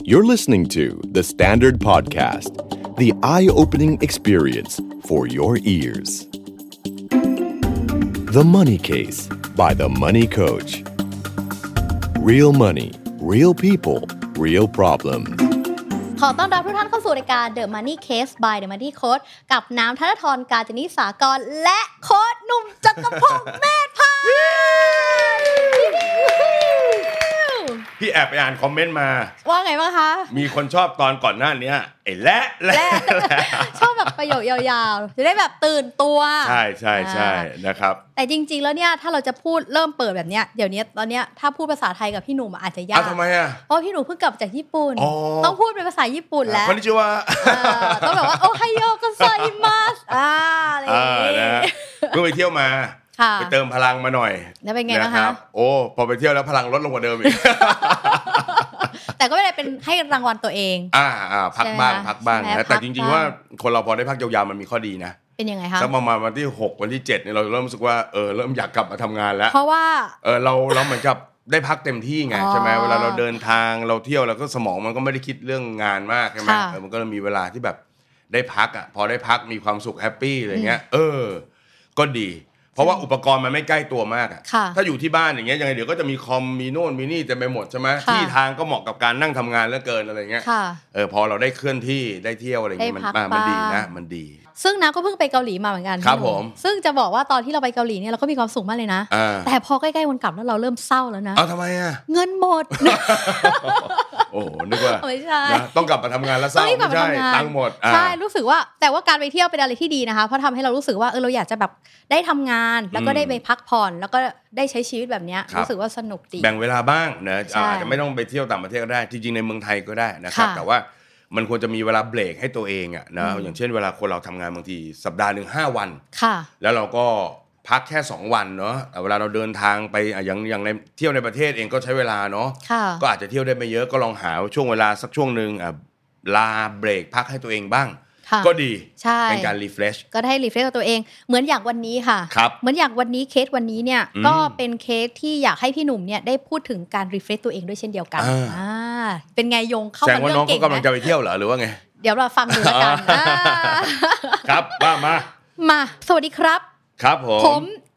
You're listening to The Standard Podcast, the eye-opening experience for your ears. The Money Case by The Money Coach. Real money, real people, real problems. ขอต้อนรับทุกท่านเข้าสู่รายการ The Money Case by The Money Coach กับน้ำธนทร กาญจนิสากรและโค้ชหนุ่มจักรพงษ์เมธพันธ์พี่แอบไปอ่านคอมเมนต์มาว่าไงบ้างคะมีคนชอบตอนก่อนหน้านี้ไอ้และชอบแบบประโยคยาวๆจะได้แบบตื่นตัวใช่ๆๆนะครับแต่จริงๆแล้วเนี่ยถ้าเราจะพูดเริ่มเปิดแบบเนี้ยเดี๋ยวนี้ตอนเนี้ยถ้าพูดภาษาไทยกับพี่หนุ่มอาจจะยากทำไมอ่ะเพราะพี่หนุ่มเพิ่งกลับจากญี่ปุ่นต้องพูดเป็นภาษาญี่ปุ่นแล้วคนที่ชื่อว่าต้องแบบว่าโอไฮโอโกไซมัสอะไรอย่างงี้เพิ่งไปเที่ยวมาไปเติมพลังมาหน่อยแล้วเป็นไงบ้างคะโอ้พอไปเที่ยวแล้วพลังลดลงกว่าเดิมอีกแต่ก็ไม่ได้เป็นให้รางวัลตัวเองพักบ้างนะแต่จริงๆว่าคนเราพอได้พักยาวๆมันมีข้อดีนะเป็นยังไงคะสักประมาณวันที่6วันที่7เนี่ยเราเริ่มรู้สึกว่าเริ่มอยากกลับมาทำงานแล้วเพราะว่าเราเหมือนกับได้พักเต็มที่ไงใช่ไหมเวลาเราเดินทางเราเที่ยวแล้วก็สมองมันก็ไม่ได้คิดเรื่องงานมากใช่ไหมมันก็มีเวลาที่แบบได้พักพอได้พักมีความสุขแฮปปี้อะไรเงี้ยก็ดีเพราะว่าอุปกรณ์มันไม่ใกล้ตัวมากถ้าอยู่ที่บ้านอย่างเงี้ยยังไงเดี๋ยวก็จะมีคอมมีโน่นมีนี่เต็มไปหมดใช่ไหมที่ทางก็เหมาะกับการนั่งทำงานเหลือเกินอะไรเงี้ยพอเราได้เคลื่อนที่ได้เที่ยวอะไรเงี้ยมันดีนะมันดีซึ่งน้าก็เพิ่งไปเกาหลีมาเหมือนกันครับผมซึ่งจะบอกว่าตอนที่เราไปเกาหลีเนี่ยเราก็มีความสุขมากเลยนะแต่พอใกล้ๆวันกลับแล้วเราเริ่มเศร้าแล้วนะทำไมอ่ะเงินหมดโอ้นึกว่าไม่ใช่ต้องกลับมาทำงานแล้วเศร้าไม่ใช่ตังค์หมดใช่รู้สึกว่าแต่ว่าการไปเที่ยวเป็นอะไรที่ดีนะคะเพราะทำให้เรารู้สึกว่าเราอยากจะแบบได้ทำงานแล้วก็ได้ไปพักผ่อนแล้วก็ได้ใช้ชีวิตแบบนี้รู้สึกว่าสนุกดีแบ่งเวลาบ้างนะอาจจะไม่ต้องไปเที่ยวต่างประเทศก็ได้จริงๆในเมืองไทยก็ได้นะครับแต่ว่ามันควรจะมีเวลาเบรกให้ตัวเองนะอย่างเช่นเวลาคนเราทำงานบางทีสัปดาห์นึง5วันแล้วเราก็พักแค่2วันเนาะเวลาเราเดินทางไปอย่างในเที่ยวในประเทศเองก็ใช้เวลาเนาะก็อาจจะเที่ยวได้ไม่เยอะก็ลองหาช่วงเวลาสักช่วงนึงลาเบรกพักให้ตัวเองบ้างก็ดีเป็นการรีเฟรชก็ได้รีเฟรชกับตัวเองเหมือนอย่างวันนี้ค่ะเหมือนอย่างวันนี้เคสวันนี้เนี่ยก็เป็นเคสที่อยากให้พี่หนุ่มเนี่ยได้พูดถึงการรีเฟรชตัวเองด้วยเช่นเดียวกันเป็นไงโยงเข้ามาเรื่องเก่งแสดงว่าน้องเขากำลังจะไปเที่ยวเหรอหรือว่าไงเดี๋ยวเราฟังดูแล้วกันครับมาสวัสดีครับผม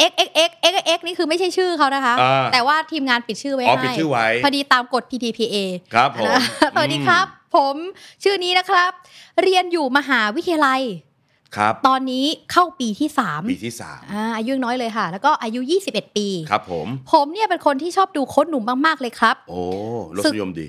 XXX นี่คือไม่ใช่ชื่อเขานะคะแต่ว่าทีมงานปิดชื่อไว้ให้พอดีตามกฎ PDPA ครับผมสวัสดีครับผมชื่อนี้นะครับเรียนอยู่มหาวิทยาลัยครับตอนนี้เข้าปีที่3อายุน้อยเลยค่ะแล้วก็อายุ21ปีครับผมเนี่ยเป็นคนที่ชอบดูโค้ชหนุ่มมากๆเลยครับโอ้รสนิยมดี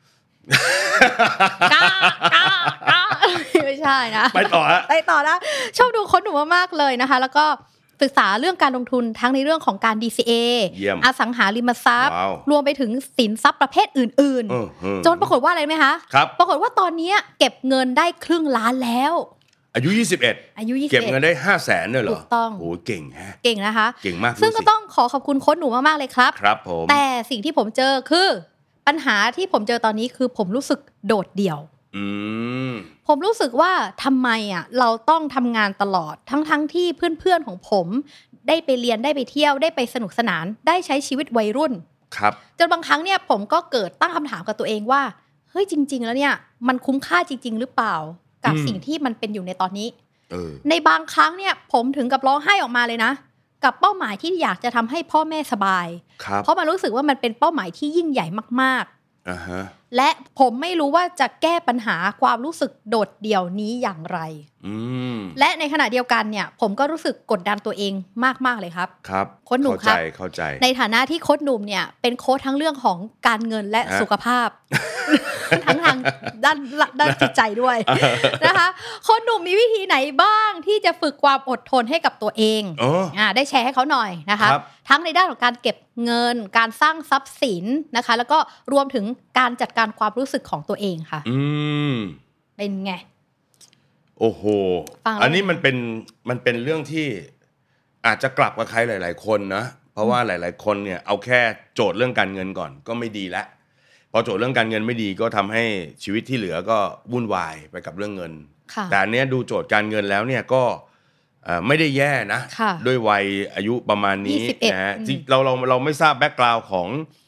ไม่ใช่นะไปต่อนะชอบดูโค้ชหนุ่มมากๆเลยนะคะแล้วก็ศึกษาเรื่องการลงทุนทั้งในเรื่องของการ DCA อสังหาริมทรัพย์รวมไปถึงสินทรัพย์ประเภทอื่นๆจนปรากฏว่าอะไรไหมคะปรากฏว่าตอนนี้เก็บเงินได้ครึ่งล้านแล้วอายุ21เก็บเงินได้ 500,000 เนี่ยเหรอถูกต้องโอ้เก่งฮะเก่งนะคะเก่งมากซึ่งก็ต้องขอบคุณโค้ชหนูมากๆเลยครับครับผมแต่สิ่งที่ผมเจอคือปัญหาที่ผมเจอตอนนี้คือผมรู้สึกโดดเดี่ยวผมรู้สึกว่าทำไมเราต้องทำงานตลอดทั้งที่เพื่อนๆของผมได้ไปเรียนได้ไปเที่ยวได้ไปสนุกสนานได้ใช้ชีวิตวัยรุ่นครับจนบางครั้งเนี่ยผมก็เกิดตั้งคำถามกับตัวเองว่าเฮ้ยจริงๆแล้วเนี่ยมันคุ้มค่าจริงๆหรือเปล่ากับสิ่งที่มันเป็นอยู่ในตอนนี้ในบางครั้งเนี่ยผมถึงกับร้องไห้ออกมาเลยนะกับเป้าหมายที่อยากจะทำให้พ่อแม่สบายเพราะมันรู้สึกว่ามันเป็นเป้าหมายที่ยิ่งใหญ่มากๆและผมไม่รู้ว่าจะแก้ปัญหาความรู้สึกโดดเดี่ยวนี้อย่างไรและในขณะเดียวกันเนี่ยผมก็รู้สึกกดดันตัวเองมากๆเลยครับโค้ชหนุ่มครับเข้าใจในฐานะที่โค้ชหนุ่มเนี่ยเป็นโค้ชทั้งเรื่องของการเงินและสุขภาพทั้งทางด้านจิตใจด้วยนะคะโค้ชหนุ่มมีวิธีไหนบ้างที่จะฝึกความอดทนให้กับตัวเองได้แชร์ให้เขาหน่อยนะคะทั้งในด้านของการเก็บเงินการสร้างทรัพย์สินนะคะแล้วก็รวมถึงการจัดการความรู้สึกของตัวเองค่ะเป็นไงโอ้โหอันนี้มันเป็นเรื่องที่อาจจะกลับกับใครหลายๆคนนะเพราะว่าหลายๆคนเนี่ยเอาแค่โจทย์เรื่องการเงินก่อนก็ไม่ดีแล้วพอโจทย์เรื่องการเงินไม่ดีก็ทำให้ชีวิตที่เหลือก็วุ่นวายไปกับเรื่องเงินแต่อันเนี้ยดูโจทย์การเงินแล้วเนี่ยก็ไม่ได้แย่นะด้วยวัยอายุประมาณนี้นะเราไม่ทราบแบ็คกราวด์ของ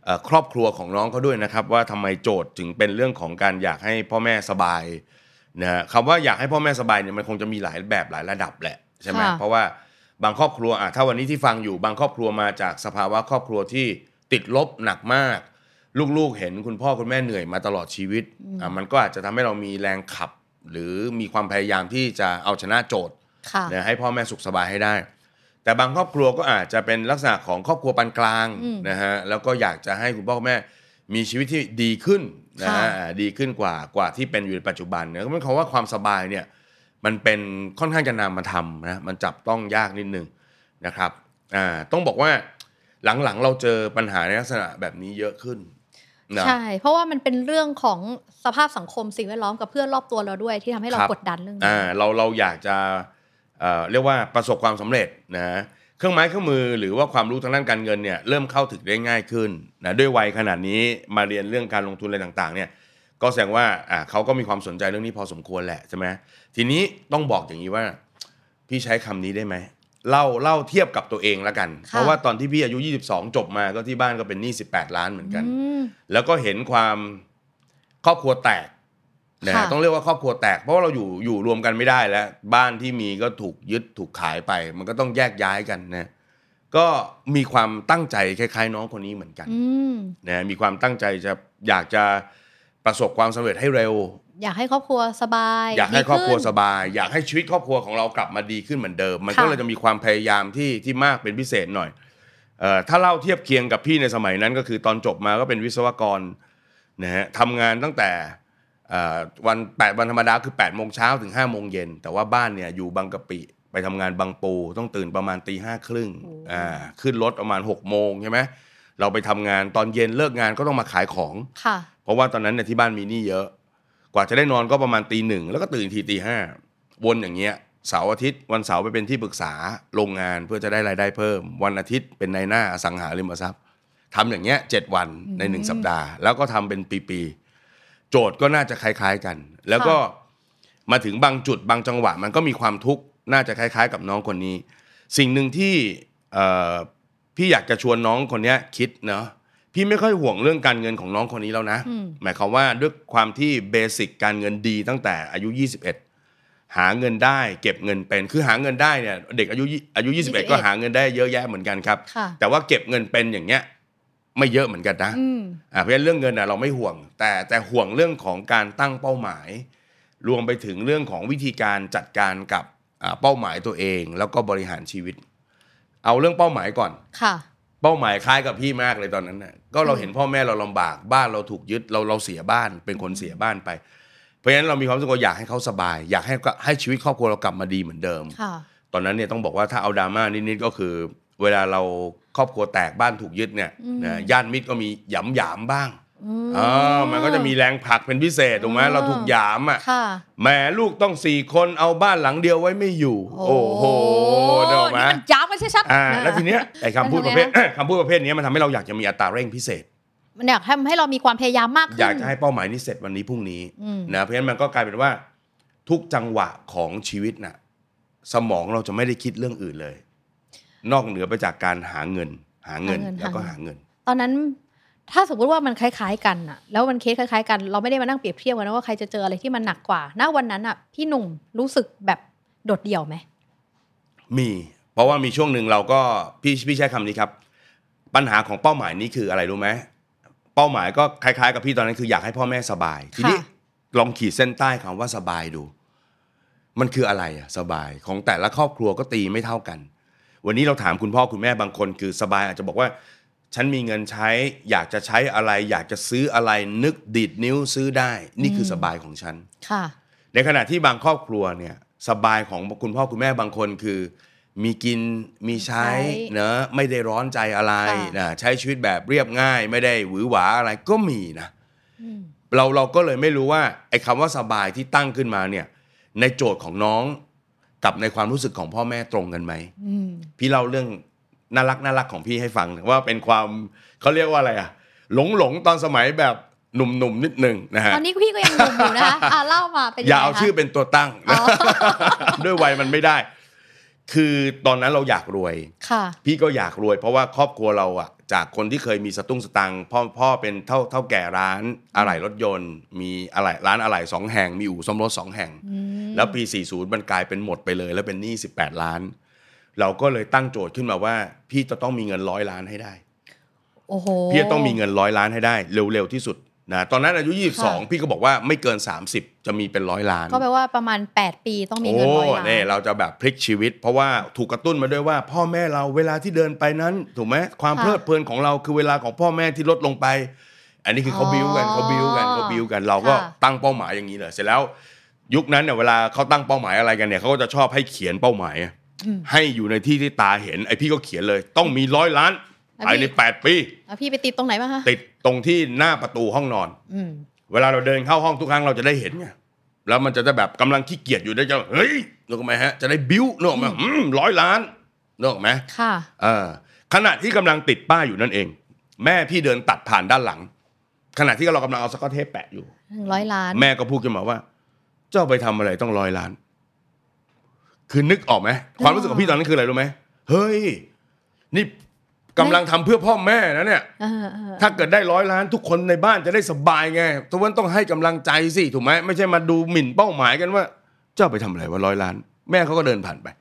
ครอบครัวของน้องเขาด้วยนะครับว่าทำไมโจทย์ถึงเป็นเรื่องของการอยากให้พ่อแม่สบายนะฮะคำว่าอยากให้พ่อแม่สบายเนี่ยมันคงจะมีหลายแบบหลายระดับแหละใช่ไหมเพราะว่าบางครอบครัวถ้าวันนี้ที่ฟังอยู่บางครอบครัวมาจากสภาวะครอบครัวที่ติดลบหนักมากลูกๆเห็นคุณพ่อคุณแม่เหนื่อยมาตลอดชีวิตมันก็อาจจะทำให้เรามีแรงขับหรือมีความพยายามที่จะเอาชนะโจทย์นะให้พ่อแม่สุขสบายให้ได้แต่บางครอบครัวก็อาจจะเป็นลักษณะของครอบครัวปานกลางนะฮะแล้วก็อยากจะให้คุณพ่อคุณแม่มีชีวิตที่ดีขึ้นนะฮะดีขึ้นกว่าที่เป็นอยู่ในปัจจุบันเนี่ยก็หมายความว่าความสบายเนี่ยมันเป็นค่อนข้างจะนามธรรมนะมันจับต้องยากนิดนึงนะครับต้องบอกว่าหลังๆเราเจอปัญหาในลักษณะแบบนี้เยอะขึ้นนะใช่เพราะว่ามันเป็นเรื่องของสภาพสังคมสิ่งแวดล้อมกับเพื่อนรอบตัวเราด้วยที่ทำให้เรากดดันเรื่องนี้เราอยากจะเรียกว่าประสบความสำเร็จนะเครื่องไม้เครื่องมือหรือว่าความรู้ทางด้านการเงินเนี่ยเริ่มเข้าถึงได้ง่ายขึ้นนะด้วยวัยขนาดนี้มาเรียนเรื่องการลงทุนอะไรต่างๆเนี่ยก็แสดงว่าเขาก็มีความสนใจเรื่องนี้พอสมควรแหละใช่ไหมทีนี้ต้องบอกอย่างนี้ว่าพี่ใช้คำนี้ได้ไหมเล่าเทียบกับตัวเองแล้วกันเพราะว่าตอนที่พี่อายุ22จบมาก็ที่บ้านก็เป็นหนี้18ล้านเหมือนกันแล้วก็เห็นความครอบครัวแตกนะต้องเรียกว่าครอบครัวแตกเพราะว่าเราอยู่รวมกันไม่ได้แล้วบ้านที่มีก็ถูกยึดถูกขายไปมันก็ต้องแยกย้ายกันนะก็มีความตั้งใจคล้ายๆน้องคนนี้เหมือนกันนะมีความตั้งใจจะอยากจะประสบความสำเร็จให้เร็วอยากให้ครอบครัวสบายอยากให้ครอบครัวสบายอยากให้ชีวิตครอบครัวของเรากลับมาดีขึ้นเหมือนเดิมมันก็เลยจะมีความพยายามที่มากเป็นพิเศษหน่อยถ้าเล่าเทียบเคียงกับพี่ในสมัยนั้นก็คือตอนจบมาก็เป็นวิศวกรนะฮะทำงานตั้งแต่วันธรรมดาคือ 8:00 นถึง 5:00 นแต่ว่าบ้านเนี่ยอยู่บางกะปิไปทำงานบางปูต้องตื่นประมาณ 5:30 นขึ้นรถประมาณ 6:00 นใช่ไหมเราไปทำงานตอนเย็นเลิกงานก็ต้องมาขายของเพราะว่าตอนนั้นเนี่ยที่บ้านมีหนี้เยอะกว่าจะได้นอนก็ประมาณ 1:00 นแล้วก็ตื่นที 5:00 นวนอย่างเงี้ยเสาร์อาทิตย์วันเสาร์ไปเป็นที่ปรึกษาโรงงานเพื่อจะได้รายได้เพิ่มวันอาทิตย์เป็นนายหน้าอสังหาริมทรัพย์ทำอย่างเงี้ย7วันใน1สัปดาห์แล้วก็ทำเป็นปีๆโจทย์ก็น่าจะคล้ายๆกันแล้วก็มาถึงบางจุดบางจังหวะมันก็มีความทุกข์น่าจะคล้ายๆกับน้องคนนี้สิ่งหนึ่งที่พี่อยากจะชวนน้องคนนี้คิดเนาะพี่ไม่ค่อยห่วงเรื่องการเงินของน้องคนนี้แล้วนะหมายความว่าด้วยความที่เบสิกการเงินดีตั้งแต่อายุ21หาเงินได้เก็บเงินเป็นคือหาเงินได้เนี่ยเด็กอายุ21ก็หาเงินได้เยอะแยะเหมือนกันครับแต่ว่าเก็บเงินเป็นอย่างเงี้ยไม่เยอะเหมือนกันนะเพราะฉะนั้นเรื่องเงินเราไม่ห่วงแต่ห่วงเรื่องของการตั้งเป้าหมายรวมไปถึงเรื่องของวิธีการจัดการกับเป้าหมายตัวเองแล้วก็บริหารชีวิตเอาเรื่องเป้าหมายก่อนค่ะเป้าหมายคล้ายกับพี่มากเลยตอนนั้นน่ะก็เราเห็นพ่อแม่เราลำบากบ้านเราถูกยึดเราเสียบ้านเป็นคนเสียบ้านไปเพราะฉะนั้นเรามีความรู้สึกว่าอยากให้เขาสบายอยากให้ชีวิตครอบครัวเรากลับมาดีเหมือนเดิมตอนนั้นเนี่ยต้องบอกว่าถ้าเอาดราม่านิดๆก็คือเวลาเราครอบครัวแตกบ้านถูกยึดเนี่ยญาติมิตรก็มีหยามบ้างมันก็จะมีแรงผลักเป็นพิเศษถูกไหมเราถูกหยามอ่ะแม่ลูกต้อง4คนเอาบ้านหลังเดียวไว้ไม่อยู่โอ้โหเดี๋ยวมามันจ้ากันชัดๆแล้วทีเนี้ยไอ้คำพูดประเภทนี้มันทำให้เราอยากจะมีอัตราเร่งพิเศษมันอยากทำให้เรามีความพยายามมากขึ้นอยากจะให้เป้าหมายนี้เสร็จวันนี้พรุ่งนี้นะเพราะฉะนั้นมันก็กลายเป็นว่าทุกจังหวะของชีวิตน่ะสมองเราจะไม่ได้คิดเรื่องอื่นเลยนอกเหนือไปจากการหาเงินแล้วก็หาเงินตอนนั้นถ้าสมมติว่ามันคล้ายๆกันน่ะแล้วมันเคสคล้ายๆกันเราไม่ได้มานั่งเปรียบเทียบกันนะว่าใครจะเจออะไรที่มันหนักกว่าณวันนั้นอ่ะพี่หนุ่มรู้สึกแบบโดดเดี่ยวไหมมีเพราะว่ามีช่วงหนึ่งเราก็พี่ใช้คำนี้ครับปัญหาของเป้าหมายนี้คืออะไรรู้ไหมเป้าหมายก็คล้ายๆกับพี่ตอนนั้นคืออยากให้พ่อแม่สบายทีนี้ลองขีดเส้นใต้คำว่าสบายดูมันคืออะไรอ่ะสบายของแต่ละครอบครัวก็ตีไม่เท่ากันวันนี้เราถามคุณพ่อคุณแม่บางคนคือสบายอาจจะบอกว่าฉันมีเงินใช้อยากจะใช้อะไรอยากจะซื้ออะไรนึกดีดนิ้วซื้อได้นี่คือสบายของฉันในขณะที่บางครอบครัวเนี่ยสบายของคุณพ่อคุณแม่บางคนคือมีกินมีใช้เนอะไม่ได้ร้อนใจอะไรนะใช้ชีวิตแบบเรียบง่ายไม่ได้หวือหวาอะไรก็มีนะเราก็เลยไม่รู้ว่าไอ้คำว่าสบายที่ตั้งขึ้นมาเนี่ยในโจทย์ของน้องกับในความรู้สึกของพ่อแม่ตรงกันไหมพี่เล่าเรื่องน่ารักของพี่ให้ฟังว่าเป็นความเขาเรียกว่าอะไรอะหลงตอนสมัยแบบหนุ่มนิดนึงนะฮะตอนนี้พี่ก็ยังหนุ่มอยู่นะคะเล่ามาเป็นอย่าเอาชื่อเป็นตัวตั้งด้วยวัยมันไม่ได้คือตอนนั้นเราอยากรวยค่ะพี่ก็อยากรวยเพราะว่าครอบครัวเราอ่ะจากคนที่เคยมีสตุ้งสตังค์พ่อเป็นเท่าแก่ร้านอะไหล่รถยนต์มีอะไหล่ร้านอะไหล่2แห่งมีอู่ซ่อมรถ2แห่งแล้วปี40มันกลายเป็นหมดไปเลยแล้วเป็นหนี้18ล้านเราก็เลยตั้งโจทย์ขึ้นมาว่าพี่จะต้องมีเงิน100ล้านให้ได้โอ้โหพี่จะต้องมีเงิน100ล้านให้ได้เร็วๆที่สุดนะตอนนั้นอายุ22พี่ก็บอกว่าไม่เกิน30จะมีเป็น100ล้านก็แปลว่าประมาณ8ปีต้องมีเงิน100ล้านเนี่ยเราจะแบบพลิกชีวิตเพราะว่าถูกกระตุ้นมาด้วยว่าพ่อแม่เราเวลาที่เดินไปนั้นถูกไหมความเพลิดเพลินของเราคือเวลาของพ่อแม่ที่ลดลงไปอันนี้คือเขาบิ้วกันเราก็ตั้งเป้าหมายอย่างนี้เลยเสร็จแล้วยุคนั้นเนี่ยเวลาเขาตั้งเป้าหมายอะไรกันเนี่ยเขาก็จะชอบให้เขียนเป้าหมายให้อยู่ในที่ที่ตาเห็นไอพี่ก็เขียนเลยต้องมี100ล้านภายใน8ปีพี่ไปติดตรงไหนบ้างคะติดตรงที่หน้าประตูห้องนอนเวลาเราเดินเข้าห้องทุกครั้งเราจะได้เห็นไงแล้วมันจะแบบกำลังขี้เกียจอยู่ได้จะเฮ้ยนึกออกไหมฮะจะได้บิ้วนึกออกไหม100ล้านนึกออกไหมค่ะขณะที่กำลังติดป้ายอยู่นั่นเองแม่พี่เดินตัดผ่านด้านหลังขณะที่เรากำลังเอาสกอตเทปแปะอยู่ 100ล้านแม่ก็พูดขึ้นมาว่าเจ้าไปทำอะไรต้อง100ล้านคือนึกออกไหมความรู้สึกของพี่ตอนนั้นคืออะไรรู้ไหมเฮ้ยนี่กำลังทำเพื่อพ่อแม่นะเนี่ยถ้าเกิดได้100ล้านทุกคนในบ้านจะได้สบายไงทุกวันต้องให้กำลังใจสิถูกไหมไม่ใช่มาดูหมิ่นเป้าหมายกันว่าเจ้าไปทำอะไรวะ100ล้านแม่เขาก็เดินผ่านไป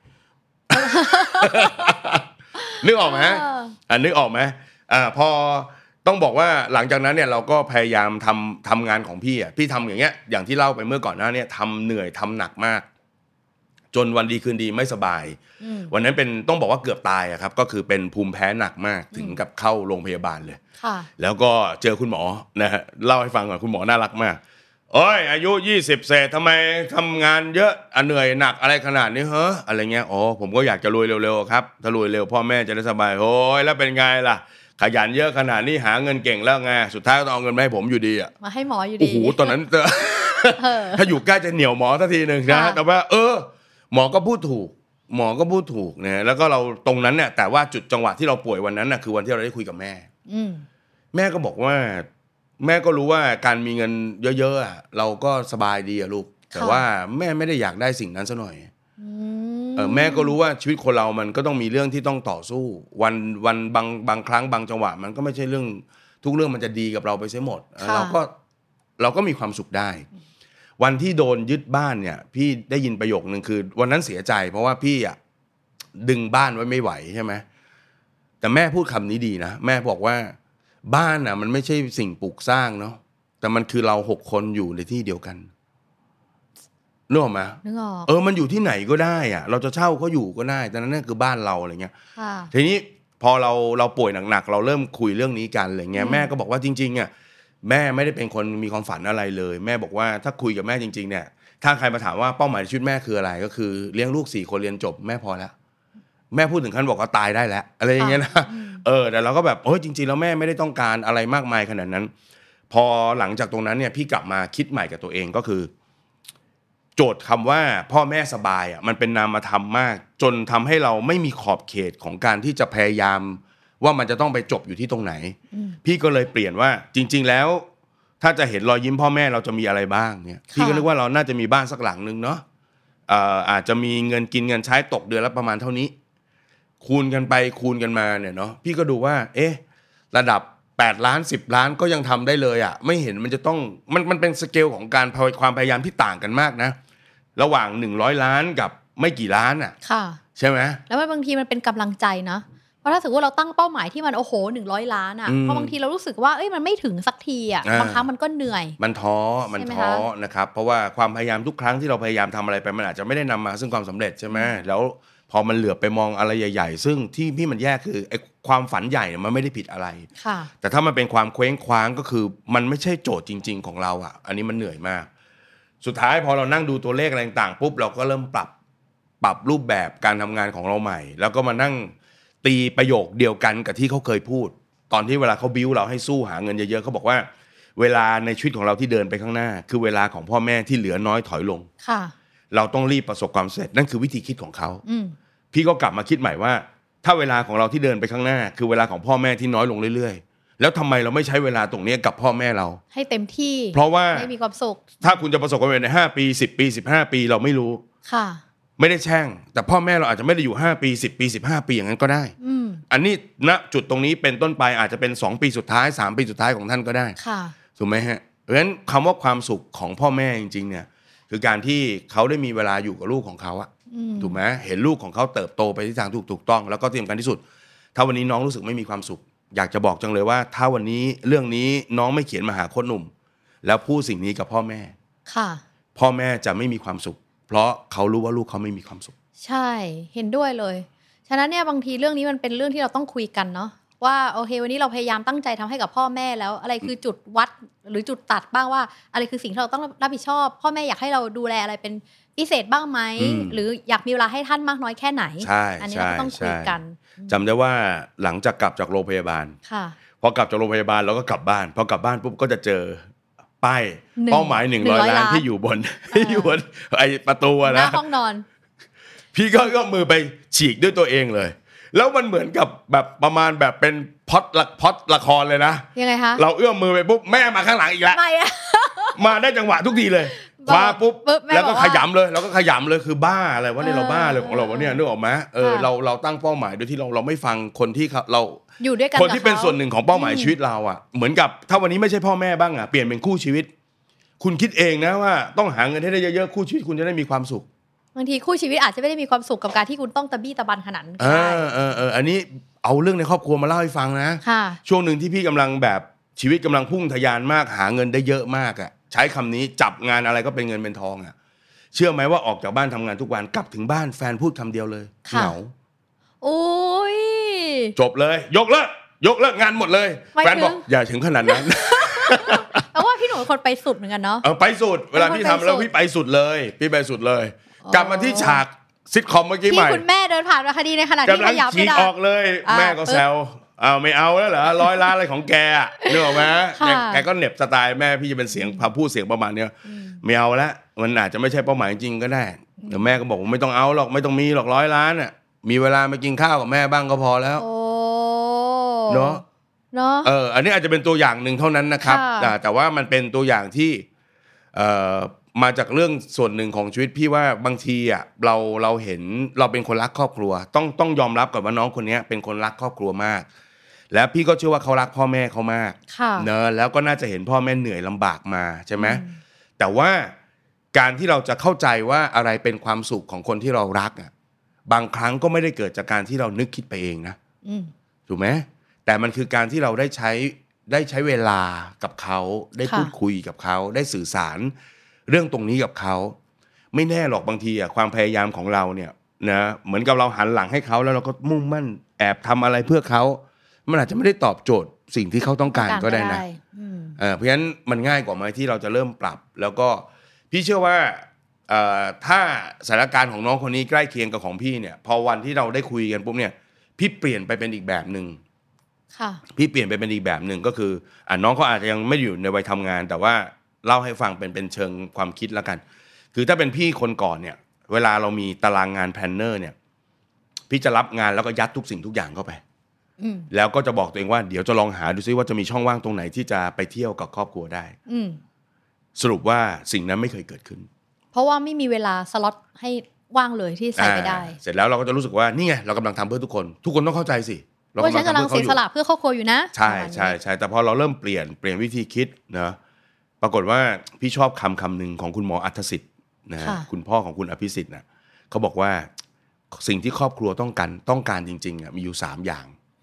นึกออกไหมนึกออกไหมพอต้องบอกว่าหลังจากนั้นเนี่ยเราก็พยายามทำงานของพี่พี่ทำอย่างเงี้ยอย่างที่เล่าไปเมื่อก่อนหน้าเนี่ยทำเหนื่อยทำหนักมากจนวันดีคืนดีไม่สบายวันนั้นเป็นต้องบอกว่าเกือบตายอะครับก็คือเป็นภูมิแพ้หนักมากถึงกับเข้าโรงพยาบาลเลยแล้วก็เจอคุณหมอนะฮะเล่าให้ฟังก่อนคุณหมอน่ารักมากโอ้ยอายุ20เศษทำไมทำงานเยอะเหนื่อยหนักอะไรขนาดนี้อะไรเงี้ยผมก็อยากจะรวยเร็วๆครับถ้ารวยเร็วพ่อแม่จะได้สบายโอ้ยแล้วเป็นไงล่ะขยันเยอะขนาดนี้หาเงินเก่งแล้วไงสุดท้ายก็ต้องเอาเงินมาให้ผมอยู่ดีอะมาให้หมออยู่ดีโอ้โหตอนนั้นถ้าอยู่ใกล้จะเหนี่ยวหมอสักทีนึงนะแต่ว่าหมอก็พูดถูกนะแล้วก็เราตรงนั้นเนี่ยแต่ว่าจุดจังหวะที่เราป่วยวันนั้นน่ะคือวันที่เราได้คุยกับแม่แม่ก็บอกว่าแม่ก็รู้ว่าการมีเงินเยอะๆเราก็สบายดีอะลูกแต่ว่าแม่ไม่ได้อยากได้สิ่งนั้นซะหน่อยแม่ก็รู้ว่าชีวิตคนเรามันก็ต้องมีเรื่องที่ต้องต่อสู้วันบางครั้งบางจังหวะมันก็ไม่ใช่เรื่องทุกเรื่องมันจะดีกับเราไปเสียหมดเราก็มีความสุขได้วันที่โดนยึดบ้านเนี่ยพี่ได้ยินประโยคนึงคือวันนั้นเสียใจเพราะว่าพี่ดึงบ้านไว้ไม่ไหวใช่ไหมแต่แม่พูดคำนี้ดีนะแม่บอกว่าบ้านมันไม่ใช่สิ่งปลูกสร้างเนาะแต่มันคือเรา6คนอยู่ในที่เดียวกันนึกออกไหมนึกออกมันอยู่ที่ไหนก็ได้เราจะเช่าเขาอยู่ก็ได้แต่นั่นคือบ้านเราอะไรเงี้ยทีนี้พอเราป่วยหนักๆเราเริ่มคุยเรื่องนี้กันอะไรเงี้ยแม่ก็บอกว่าจริงๆแม่ไม่ได้เป็นคนมีความฝันอะไรเลยแม่บอกว่าถ้าคุยกับแม่จริงๆเนี่ยถ้าใครมาถามว่าเป้าหมายชีวิตแม่คืออะไรก็คือเลี้ยงลูก4คนเรียนจบแม่พอแล้วแม่พูดถึงขั้นบอกว่าตายได้แล้วอะไรอย่างเงี้ยนะแต่เราก็แบบจริงๆแล้วแม่ไม่ได้ต้องการอะไรมากมายขนาดนั้นพอหลังจากตรงนั้นเนี่ยพี่กลับมาคิดใหม่กับตัวเองก็คือโจทย์คำว่าพ่อแม่สบายมันเป็นนามธรรมมากจนทำให้เราไม่มีขอบเขตของการที่จะพยายามว่ามันจะต้องไปจบอยู่ที่ตรงไหนพี่ก็เลยเปลี่ยนว่าจริงๆแล้วถ้าจะเห็นรอยยิ้มพ่อแม่เราจะมีอะไรบ้างเนี่ยพี่ก็นึกว่าเราน่าจะมีบ้านสักหลังนึงเนาะอาจจะมีเงินกินเงินใช้ตกเดือนละประมาณเท่านี้คูณกันไปคูณกันมาเนี่ยเนาะพี่ก็ดูว่าระดับ8ล้าน10ล้านก็ยังทำได้เลยไม่เห็นมันจะต้องมันเป็นสเกลของการความพยายามที่ต่างกันมากนะระหว่าง100ล้านกับไม่กี่ล้านค่ะใช่ไหมแล้วบางทีมันเป็นกำลังใจนะเพราะถ้าสมมติว่าเราตั้งเป้าหมายที่มัน100ล้านเพราะบางทีเรารู้สึกว่ามันไม่ถึงสักทีบางครั้งมันก็เหนื่อยมันท้อนะครับเพราะว่าความพยายามทุกครั้งที่เราพยายามทำอะไรไปมันอาจจะไม่ได้นำมาซึ่งความสำเร็จใช่ไหมแล้วพอมันเหลือบไปมองอะไรใหญ่ๆซึ่งที่พี่มันแย่คือไอ้ความฝันใหญ่มันไม่ได้ผิดอะไรแต่ถ้ามันเป็นความเคว้งคว้างก็คือมันไม่ใช่โจทย์จริงๆของเราอันนี้มันเหนื่อยมากสุดท้ายพอเรานั่งดูตัวเลขอะไรต่างๆปุ๊บเราก็เริ่มปรับรูปแบบการทำงานของเราใหม่แล้วก็มานั่งตีประโยคเดียวกันกับที่เขาเคยพูดตอนที่เวลาเขาบิ้วเราให้สู้หาเงินเยอะๆเขาบอกว่าเวลาในชีวิตของเราที่เดินไปข้างหน้าคือเวลาของพ่อแม่ที่เหลือน้อยถอยลงเราต้องรีบประสบความสำเร็จนั่นคือวิธีคิดของเขาพี่ก็กลับมาคิดใหม่ว่าถ้าเวลาของเราที่เดินไปข้างหน้าคือเวลาของพ่อแม่ที่น้อยลงเรื่อยๆแล้วทำไมเราไม่ใช้เวลาตรงนี้กับพ่อแม่เราให้เต็มที่เพราะว่าให้มีความสุขถ้าคุณจะประสบความสำเร็จใน5ปี10ปี15ปีเราไม่รู้ไม่ได้แช่งแต่พ่อแม่เราอาจจะไม่ได้อยู่5ปี10ปี15ปีอย่างนั้นก็ได้อันนี้ณจุดตรงนี้เป็นต้นไปอาจจะเป็น2ปีสุดท้าย3ปีสุดท้ายของท่านก็ได้ถูกไหมฮะเพราะฉะนั้นคำว่าความสุขของพ่อแม่จริงๆเนี่ยคือการที่เขาได้มีเวลาอยู่กับลูกของเขาอะถูกไหมเห็นลูกของเขาเติบโตไปที่ทางถูกต้องแล้วก็ที่สำคัญที่สุดถ้าวันนี้น้องรู้สึกไม่มีความสุขอยากจะบอกจังเลยว่าถ้าวันนี้เรื่องนี้น้องไม่เขียนมาหาโค้ชหนุ่มแล้วพูดสิ่งนี้กับพ่อแม่พ่อแม่จะไม่มีความสุขเพราะเขารู้ว่าลูกเขาไม่มีความสุขใช่เห็นด้วยเลยฉะนั้นเนี่ยบางทีเรื่องนี้มันเป็นเรื่องที่เราต้องคุยกันเนาะว่าโอเควันนี้เราพยายามตั้งใจทำให้กับพ่อแม่แล้วอะไรคือจุดวัดหรือจุดตัดบ้างว่าอะไรคือสิ่งที่เราต้องรับผิดชอบพ่อแม่อยากให้เราดูแลอะไรเป็นพิเศษบ้างไหมหรืออยากมีเวลาให้ท่านมากน้อยแค่ไหนอันนี้เราต้องคุยกันจำได้ว่าหลังจากกลับจากโรงพยาบาลพอกลับจากโรงพยาบาลเราก็กลับบ้านพอกลับบ้านปุ๊บก็จะเจอป้ายเป้าหมาย100 ล้านที่อยู่บนไอ้ประตูนะหน้าห้องนอนพี่ก็มือไปฉีกด้วยตัวเองเลยแล้วมันเหมือนกับแบบประมาณแบบเป็นพล็อตละครเลยนะยังไงคะเราเอื้อมมือไปปุ๊บแม่มาข้างหลังอีกแล้วมาได้จังหวะทุกทีเลยคว้าปุ๊บแล้วก็ขยำเลยเราก็ขยำเลยคือบ้าอะไรวะเนี่ยเราบ้าเลยของเราวะเนี่ยนึกออกไหมเราตั้งเป้าหมายโดยที่เราไม่ฟังคนที่เราอยู่ด้วยกันคนที่เป็นส่วนหนึ่งของเป้าหมายชีวิตเราอ่ะเหมือนกับถ้าวันนี้ไม่ใช่พ่อแม่บ้างอ่ะเปลี่ยนเป็นคู่ชีวิตคุณคิดเองนะว่าต้องหาเงินให้ได้เยอะๆคู่ชีวิตคุณจะได้มีความสุขบางทีคู่ชีวิตอาจจะไม่ได้มีความสุขกับการที่คุณต้องตะบี้ตะบันขนาดนั้นอันนี้เอาเรื่องในครอบครัวมาเล่าให้ฟังนะช่วงหนึ่งที่พี่กำลังแบบชีวิตกำลังพุ่งทะยานมากหาเงินได้เยอะมากอ่ะใช้คำนี้จับงานอะไรก็เป็นเงินเป็นทองอ่ะเชื่อไหมว่าออกจากบ้านทำงานทุกวันกลับถึงบ้านแฟนพูดคำเดียวเลยเหงาโอ้ยจบเลยยกเลิกงานหมดเลยแฟนบอกอย่าถึงขนาดนั้นแต่ว่าพี่หนูเป็นคนไปสุดเหมือนกันเนาะไปสุดเวลาพี่ทำแล้วพี่ไปสุดเลยกลับมาที่ฉากซิทคอมเมื่อกี้ใหม่ที่คุณแม่เดินผ่านคดีในขณะที่ขยับไม่ได้ออกเลยแม่ก็แซวไม่เอาแล้วเหรอ100 ล้านอะไรของแกนึกออกไหมแกก็เหน็บสไตล์แม่พี่จะเป็นเสียงพาพูดเสียงประมาณนี้ไม่เอาละมันอาจจะไม่ใช่เป้าหมายจริงก็ได้แต่แม่ก็บอกว่าไม่ต้องเอาหรอกไม่ต้องมีหรอก100 ล้านอ่ะมีเวลามากินข้าวกับแม่บ้างก็พอแล้วเนาะอันนี้อาจจะเป็นตัวอย่างหนึ่งเท่านั้นนะครับแต่ว่ามันเป็นตัวอย่างที่มาจากเรื่องส่วนหนึ่งของชีวิตพี่ว่าบางทีอ่ะเราเห็นเราเป็นคนรักครอบครัวต้องยอมรับกับว่าน้องคนนี้เป็นคนรักครอบครัวมากแล้วพี่ก็เชื่อว่าเขารักพ่อแม่เขามากเนอะแล้วก็น่าจะเห็นพ่อแม่เหนื่อยลำบากมาใช่ไหมแต่ว่าการที่เราจะเข้าใจว่าอะไรเป็นความสุขของคนที่เรารักอ่ะบางครั้งก็ไม่ได้เกิดจากการที่เรานึกคิดไปเองนะถูกไหมแต่มันคือการที่เราได้ใช้เวลากับเขาได้พูดคุยกับเขาได้สื่อสารเรื่องตรงนี้กับเขาไม่แน่หรอกบางทีความพยายามของเราเนี่ยนะเหมือนกับเราหันหลังให้เขาแล้วเราก็มุ่งมั่นแอบทำอะไรเพื่อเขามันอาจจะไม่ได้ตอบโจทย์สิ่งที่เขาต้องการก็ได้นะเพราะฉะนั้นมันง่ายกว่าไหมที่เราจะเริ่มปรับแล้วก็พี่เชื่อว่าถ้าสถานการณ์ของน้องคนนี้ใกล้เคียงกับของพี่เนี่ยพอวันที่เราได้คุยกันปุ๊บเนี่ยพี่เปลี่ยนไปเป็นอีกแบบนึงพี่เปลี่ยนไปเป็นอีกแบบนึงก็คือน้องเขาอาจจะยังไม่อยู่ในวัยทำงานแต่ว่าเล่าให้ฟังเป็นเชิงความคิดแล้วกันคือถ้าเป็นพี่คนก่อนเนี่ยเวลาเรามีตารางงานแพลนเนอร์เนี่ยพี่จะรับงานแล้วก็ยัดทุกสิ่งทุกอย่างเข้าไปแล้วก็จะบอกตัวเองว่าเดี๋ยวจะลองหาดูซิว่าจะมีช่องว่างตรงไหนที่จะไปเที่ยวกับครอบครัวได้สรุปว่าสิ่งนั้นไม่เคยเกิดขึ้นเพราะว่าไม่มีเวลาสล็อตให้ว่างเลยที่ใส่ไปได้เสร็จแล้วเราก็จะรู้สึกว่านี่ไงเรากำลังทำเพื่อทุกคนต้องเข้าใจสิว่าฉันกำลังเสียสละเพื่อครอบครัวอยู่นะใช่แต่พอเราเริ่มเปลี่ยนวิธีคิดนะปรากฏว่าพี่ชอบคำหนึ่งของคุณหมออัธสิทธิ์นะคุณพ่อของคุณอภิสิทธิ์นะเขาบอกว่าสิ่งที่ครอบครัวต้องการจริงๆมีอยู่3อย่าง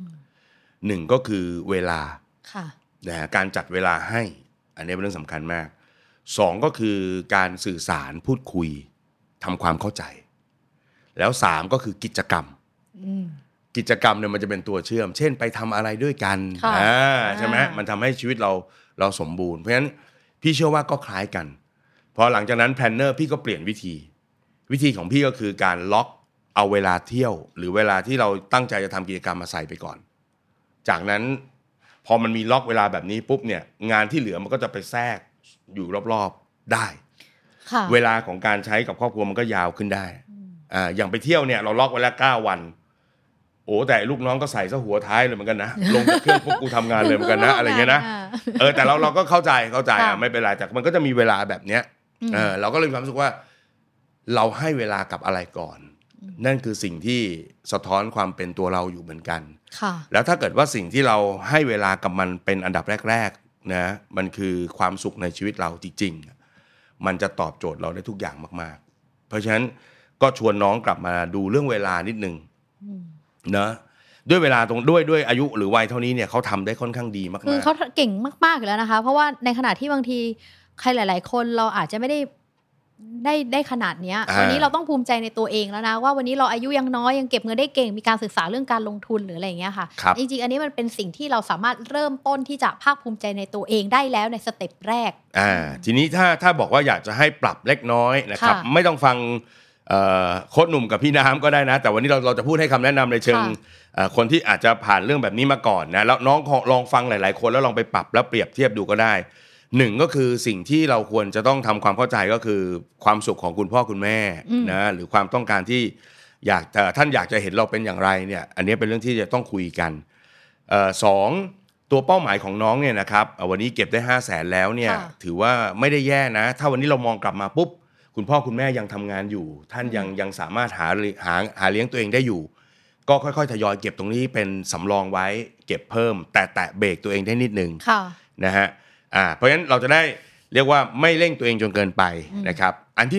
1ก็คือเวลานะการจัดเวลาให้อันนี้เป็นเรื่องสำคัญมาก2ก็คือการสื่อสารพูดคุยทำความเข้าใจแล้ว3ก็คือกิจกรรมเนี่ยมันจะเป็นตัวเชื่อมเช่นไปทำอะไรด้วยกันใช่ไหมมันทำให้ชีวิตเราสมบูรณ์เพราะฉะนั้นพี่เชื่อว่าก็คล้ายกันพอหลังจากนั้นแพลนเนอร์พี่ก็เปลี่ยนวิธีของพี่ก็คือการล็อกเอาเวลาเที่ยวหรือเวลาที่เราตั้งใจจะทำกิจกรรมมาใส่ไปก่อนจากนั้นพอมันมีล็อกเวลาแบบนี้ปุ๊บเนี่ยงานที่เหลือมันก็จะไปแทรกอยู่รอบๆได้เวลาของการใช้กับครอบครัวมันก็ยาวขึ้นได้อย่างไปเที่ยวเนี่ยเราล็อกไว้แล้ว9 วันโอ้แต่ลูกน้องก็ใส่ซะหัวท้ายเลยเหมือนกันนะลงจากเครื่องปุ๊บกูทำงานเลยเหมือนกันนะอะไรเงี้ยนะแต่เราก็เข้าใจไม่เป็นไรแต่มันก็จะมีเวลาแบบเนี้ยเราก็เลยมีความรู้สึกว่าเราให้เวลากับอะไรก่อนนั่นคือสิ่งที่สะท้อนความเป็นตัวเราอยู่เหมือนกันแล้วถ้าเกิดว่าสิ่งที่เราให้เวลากับมันเป็นอันดับแรกๆนะมันคือความสุขในชีวิตเราจริงๆมันจะตอบโจทย์เราได้ทุกอย่างมากๆเพราะฉะนั้นก็ชวนน้องกลับมาดูเรื่องเวลานิดนึงนะด้วยเวลาด้วยอายุหรือวัยเท่านี้เนี่ยเขาทำได้ค่อนข้างดีมากๆคือเขาเก่งมากๆอยู่แล้วนะคะเพราะว่าในขณะที่บางทีใครหลายๆคนเราอาจจะไม่ได้ขนาดนี้วันนี้เราต้องภูมิใจในตัวเองแล้วนะว่าวันนี้เราอายุยังน้อยยังเก็บเงินได้เก่งมีการศึกษาเรื่องการลงทุนหรืออะไรอย่างเงี้ยค่ะจริงๆอันนี้มันเป็นสิ่งที่เราสามารถเริ่มต้นที่จะภาคภูมิใจในตัวเองได้แล้วในสเต็ปแรกทีนี้ถ้าบอกว่าอยากจะให้ปรับเล็กน้อยนะครับไม่ต้องฟังโค้ชหนุ่มกับพี่น้ำก็ได้นะแต่วันนี้เราจะพูดให้คำแนะนำในเชิงคนที่อาจจะผ่านเรื่องแบบนี้มาก่อนนะแล้วน้องลองฟังหลายๆคนแล้วลองไปปรับแล้วเปรียบเทียบดูก็ได้หนึ่งก็คือสิ่งที่เราควรจะต้องทำความเข้าใจก็คือความสุขของคุณพ่อคุณแม่นะหรือความต้องการที่ท่านอยากจะเห็นเราเป็นอย่างไรเนี่ยอันนี้เป็นเรื่องที่จะต้องคุยกันสองตัวเป้าหมายของน้องเนี่ยนะครับวันนี้เก็บได้ 500,000 แล้วเนี่ยถือว่าไม่ได้แย่นะถ้าวันนี้เรามองกลับมาปุ๊บคุณพ่อคุณแม่ยังทำงานอยู่ท่านยังสามารถหาเลี้ยงตัวเองได้อยู่ก็ค่อยๆทยอยเก็บตรงนี้เป็นสำรองไว้เก็บเพิ่มแต่เบรกตัวเองได้นิดนึงนะฮะเพราะฉะนั้นเราจะได้เรียกว่าไม่เร่งตัวเองจนเกินไปนะครับอันที่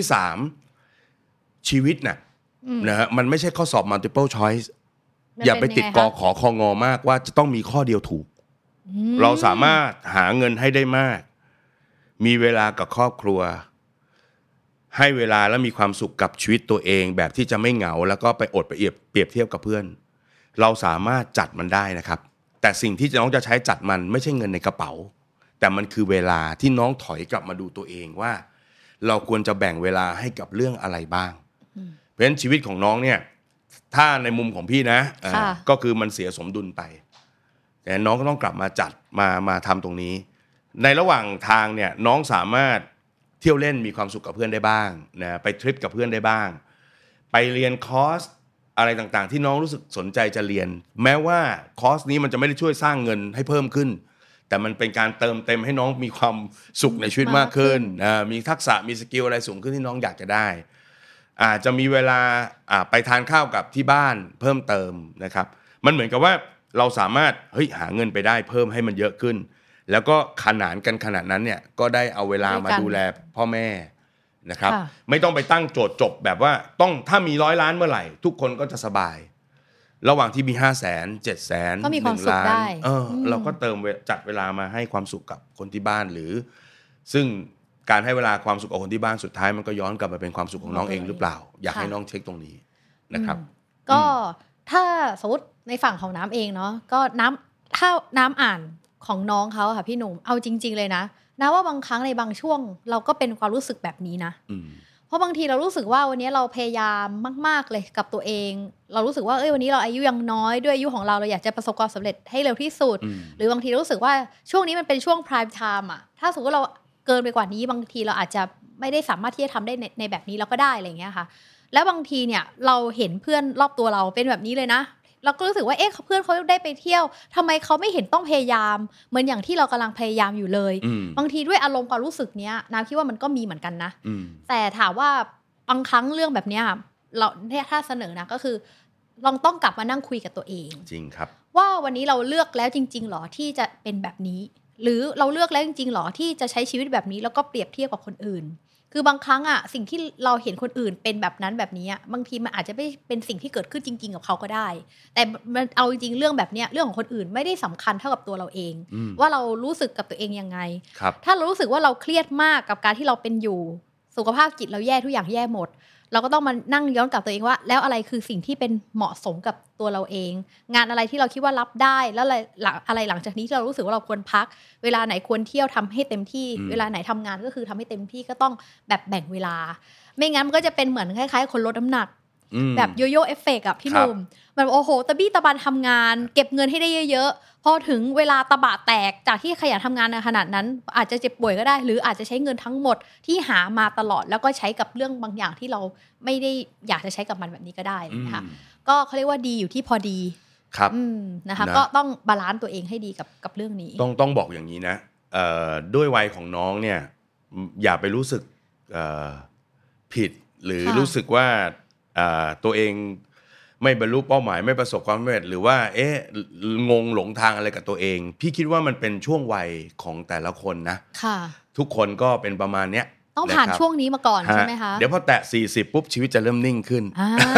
3ชีวิตนะฮะมันไม่ใช่ข้อสอบ multiple choice อย่าไปติดกขอคงมากว่าจะต้องมีข้อเดียวถูกเราสามารถหาเงินให้ได้มากมีเวลากับครอบครัวให้เวลาและมีความสุขกับชีวิตตัวเองแบบที่จะไม่เหงาแล้วก็ไปอดไปเปรียบเทียบกับเพื่อนเราสามารถจัดมันได้นะครับแต่สิ่งที่น้องจะใช้จัดมันไม่ใช่เงินในกระเป๋าแต่มันคือเวลาที่น้องถอยกลับมาดูตัวเองว่าเราควรจะแบ่งเวลาให้กับเรื่องอะไรบ้างเพราะฉะนั้นชีวิตของน้องเนี่ยถ้าในมุมของพี่นะก็คือมันเสียสมดุลไปแต่น้องก็ต้องกลับมาจัดมาทำตรงนี้ในระหว่างทางเนี่ยน้องสามารถเที่ยวเล่นมีความสุขกับเพื่อนได้บ้างนะไปทริปกับเพื่อนได้บ้างไปเรียนคอร์สอะไรต่างๆที่น้องรู้สึกสนใจจะเรียนแม้ว่าคอร์สนี้มันจะไม่ได้ช่วยสร้างเงินให้เพิ่มขึ้นแต่มันเป็นการเติมเต็มให้น้องมีความสุขในชีวิตมากขึ้นมีทักษะมีสกิลอะไรสูงขึ้นที่น้องอยากจะได้อาจจะมีเวลาไปทานข้าวกับที่บ้านเพิ่มเติมนะครับมันเหมือนกับว่าเราสามารถหาเงินไปได้เพิ่มให้มันเยอะขึ้นแล้วก็ขนานกันขนาดนั้นเนี่ยก็ได้เอาเวลามาดูแลพ่อแม่นะครับไม่ต้องไปตั้งโจทย์จบแบบว่าต้องถ้ามี100 ล้านเมื่อไหร่ทุกคนก็จะสบายระหว่างที่มี 500,000 700,000 ก็มีความสุขได้เราก็จัดเวลามาให้ความสุขกับคนที่บ้านหรือซึ่งการให้เวลาความสุขกับคนที่บ้านสุดท้ายมันก็ย้อนกลับมาเป็นความสุขของน้องเองหรือเปล่าอยากให้น้องเช็คตรงนี้นะครับก็ถ้าสมมติในฝั่งของน้ำเองเนาะก็ถ้าน้ำอ่านของน้องเขาค่ะพี่หนุ่มเอาจริงๆเลยนะว่าบางครั้งในบางช่วงเราก็เป็นความรู้สึกแบบนี้นะเพราะบางทีเรารู้สึกว่าวันนี้เราพยายามมากๆเลยกับตัวเองเรารู้สึกว่าวันนี้เราอายุยังน้อยด้วยอายุของเราอยากจะประสบความสำเร็จให้เร็วที่สุดหรือบางทีรู้สึกว่าช่วงนี้มันเป็นช่วง prime time อ่ะถ้าสมมติว่าเราเกินไปกว่านี้บางทีเราอาจจะไม่ได้สามารถที่จะทำได้ในแบบนี้เราก็ได้อะไรอย่างเงี้ยค่ะแล้วบางทีเนี่ยเราเห็นเพื่อนรอบตัวเราเป็นแบบนี้เลยนะเราก็รู้สึกว่าเพื่อนเขาได้ไปเที่ยวทำไมเขาไม่เห็นต้องพยายามเหมือนอย่างที่เรากำลังพยายามอยู่เลยบางทีด้วยอารมณ์ความรู้สึกเนี้ยน้ำคิดว่ามันก็มีเหมือนกันนะแต่ถามว่าบางครั้งเรื่องแบบนี้เราถ้าเสนอนะก็คือลองต้องกลับมานั่งคุยกับตัวเองจริงครับว่าวันนี้เราเลือกแล้วจริงๆหรอที่จะเป็นแบบนี้หรือเราเลือกแล้วจริงๆหรอที่จะใช้ชีวิตแบบนี้แล้วก็เปรียบเทียบกับคนอื่นคือบางครั้งสิ่งที่เราเห็นคนอื่นเป็นแบบนั้นแบบนี้บางทีมันอาจจะไม่เป็นสิ่งที่เกิดขึ้นจริงๆกับเขาก็ได้แต่มันเอาจริงๆเรื่องแบบนี้เรื่องของคนอื่นไม่ได้สำคัญเท่ากับตัวเราเองว่าเรารู้สึกกับตัวเองยังไงถ้าเรารู้สึกว่าเราเครียดมากกับการที่เราเป็นอยู่สุขภาพจิตเราแย่ทุกอย่างแย่หมดเราก็ต้องมานั่งย้อนกลับตัวเองว่าแล้วอะไรคือสิ่งที่เป็นเหมาะสมกับตัวเราเองงานอะไรที่เราคิดว่ารับได้แล้วอะไรหลังจากนี้ที่เรารู้สึกว่าเราควรพักเวลาไหนควรเที่ยวทำให้เต็มที่เวลาไหนทำงานก็คือทำให้เต็มที่ก็ต้องแบบแบ่งเวลาไม่งั้นมันก็จะเป็นเหมือนคล้ายๆคนลดน้ำหนักแบบโยโย่เอฟเฟกต์พี่หนุ่มมันโอ้โหตะบี้ตะบันทำงานเก็บเงินให้ได้เยอะๆพอถึงเวลาตะบะแตกจากที่ขยันทำงานในขนาดนั้นอาจจะเจ็บป่วยก็ได้หรืออาจจะใช้เงินทั้งหมดที่หามาตลอดแล้วก็ใช้กับเรื่องบางอย่างที่เราไม่ได้อยากจะใช้กับมันแบบนี้ก็ได้นะคะก็เขาเรียกว่าดีอยู่ที่พอดีครับนะคะก็ต้องบาลานซ์ตัวเองให้ดีกับเรื่องนี้ต้องบอกอย่างนี้นะด้วยวัยของน้องเนี่ยอย่าไปรู้สึกผิดหรือรู้สึกว่าตัวเองไม่บรรลุเป้าหมายไม่ประสบความสำเร็จหรือว่างงหลงทางอะไรกับตัวเองพี่คิดว่ามันเป็นช่วงวัยของแต่ละคนนะค่ะทุกคนก็เป็นประมาณเนี้ยต้องผ่านช่วงนี้มาก่อนใช่ไหมคะเดี๋ยวพอแตะ40ปุ๊บชีวิตจะเริ่มนิ่งขึ้น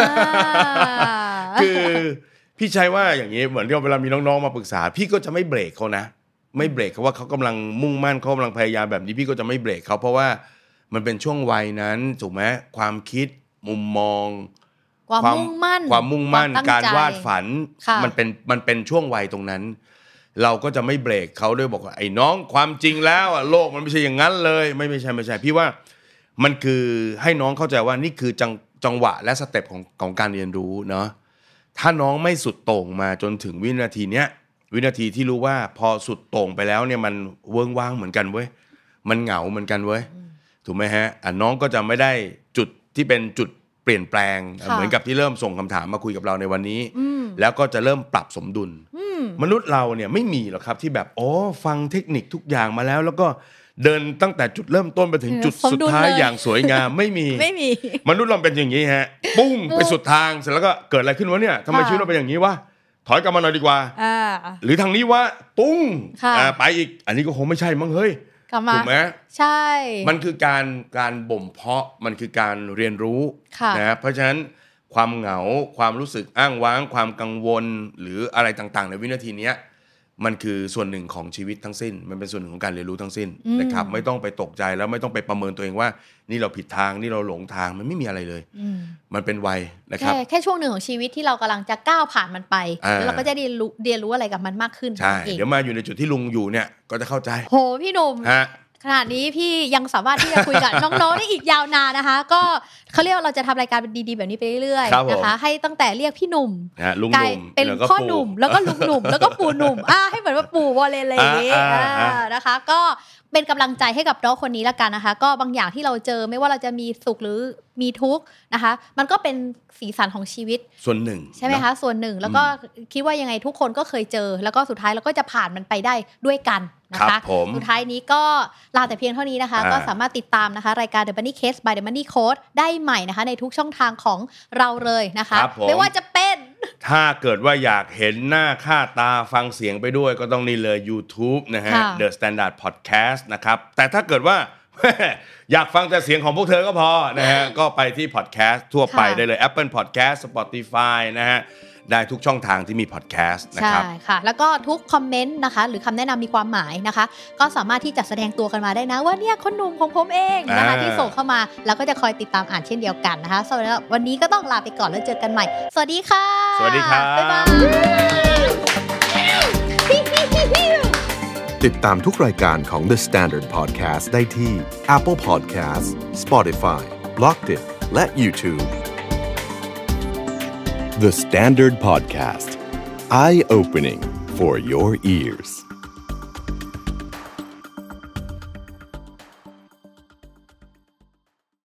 คือพี่ใช้ว่าอย่างนี้เหมือนที่เวลามีน้องๆมาปรึกษาพี่ก็จะไม่เบรกเขานะไม่เบรกเขาว่าเขากำลังมุ่งมั่นเขากำลังพยายามแบบนี้พี่ก็จะไม่เบรกเขาเพราะว่ามันเป็นช่วงวัยนั้นถูกไหมความคิดมุมมองความมุ่งมั่นการวาดฝันมันเป็นช่วงวัยตรงนั้นเราก็จะไม่เบรกเขาด้วยบอกว่าไอ้น้องความจริงแล้วโลกมันไม่ใช่อย่างนั้นเลยไม่ใช่พี่ว่ามันคือให้น้องเข้าใจว่านี่คือจังหวะและสเต็ปของการเรียนรู้เนาะถ้าน้องไม่สุดโต่งมาจนถึงวินาทีเนี้ยวินาทีที่รู้ว่าพอสุดโต่งไปแล้วเนี่ยมันเวิ้งว้างเหมือนกันเว้ยมันเหงาเหมือนกันเว้ยถูกไหมฮะน้องก็จะไม่ได้จุดที่เป็นจุดเปลี่ยนแปลงเหมือนกับที่เริ่มส่งคำถามมาคุยกับเราในวันนี้แล้วก็จะเริ่มปรับสมดุลมนุษย์เราเนี่ยไม่มีหรอกครับที่แบบฟังเทคนิคทุกอย่างมาแล้วก็เดินตั้งแต่จุดเริ่มต้นไปถึงจุดสุดท้ายอย่างสวยงามไม่มีมนุษย์เราเป็นอย่างนี้ฮะปุ้งไปสุดทางเสร็จแล้วก็เกิดอะไรขึ้นวะเนี่ยทำไมชีวิตเราเป็นอย่างนี้วะถอยกลับมาหน่อยดีกว่าหรือทางนี้วะปุ้งไปอีกอันนี้ก็คงไม่ใช่มั้งเฮ้ยถูกไหมใช่มันคือการบ่มเพาะมันคือการเรียนรู้นะเพราะฉะนั้นความเหงาความรู้สึกอ้างว้างความกังวลหรืออะไรต่างๆในวินาทีนี้มันคือส่วนหนึ่งของชีวิตทั้งสิ้นมันเป็นส่วนหนึ่งของการเรียนรู้ทั้งสิ้นนะครับไม่ต้องไปตกใจแล้วไม่ต้องไปประเมินตัวเองว่านี่เราผิดทางนี่เราหลงทางมันไม่มีอะไรเลยมันเป็นวัยนะครับแค่ช่วงหนึ่งของชีวิตที่เรากำลังจะก้าวผ่านมันไปแล้วเราก็จะเรียนรู้อะไรกับมันมากขึ้นใช่เดี๋ยวมาอยู่ในจุดที่ลุงอยู่เนี่ยก็จะเข้าใจโหพี่หนุ่มขนาดนี้พี่ยังสามารถที่จะคุยกับน้องๆได้อีกยาวนานนะคะก็เขาเรียกว่าเราจะทำรายการดีๆแบบนี้ไปเรื่อยๆนะคะให้ตั้งแต่เรียกพี่หนุ่มกลายเป็นพ่อหนุ่มแล้วก็ลุงหนุ่มแล้วก็ปู่หนุ่มให้เหมือนว่าปู่วอลเลนอะไรอย่างงี้นะคะก็เป็นกำลังใจให้กับน้องคนนี้ละกันนะคะก็บางอย่างที่เราเจอไม่ว่าเราจะมีสุขหรือมีทุกข์นะคะมันก็เป็นสีสันของชีวิตส่วนหนึ่งใช่ไหมคะส่วนหนึ่งแล้วก็คิดว่ายังไงทุกคนก็เคยเจอแล้วก็สุดท้ายเราก็จะผ่านมันไปได้ด้วยกันนะคะสุดท้ายนี้ก็ลาแต่เพียงเท่านี้นะคะก็สามารถติดตามนะคะรายการ The Money Case by The Money Coach ได้ใหม่นะคะในทุกช่องทางของเราเลยนะคะไม่ว่าจะเป็นถ้าเกิดว่าอยากเห็นหน้าค่าตาฟังเสียงไปด้วยก็ต้องนี่เลย YouTube นะฮะ The Standard Podcast นะครับแต่ถ้าเกิดว่า อยากฟังแต่เสียงของพวกเธอก็พอนะฮะก็ไปที่ Podcast ทั่วไปได้เลย Apple Podcast Spotify นะฮะได้ทุกช่องทางที่มีพอดแคสต์นะครับใช่ค่ะแล้วก็ทุกคอมเมนต์นะคะหรือคำแนะนำมีความหมายนะคะก็สามารถที่จะแสดงตัวกันมาได้นะว่าเนี่ยคนหนุ่มของผมเองนะคะที่ส่งเข้ามาแล้วก็จะคอยติดตามอ่านเช่นเดียวกันนะคะสำหรับวันนี้ก็ต้องลาไปก่อนแล้วเจอกันใหม่สวัสดีค่ะสวัสดีครับบ๊ายบายติดตามทุกรายการของ The Standard Podcast ได้ที่ Apple Podcast Spotify Blockdit และ YouTube The Standard Podcast Eye-opening for your ears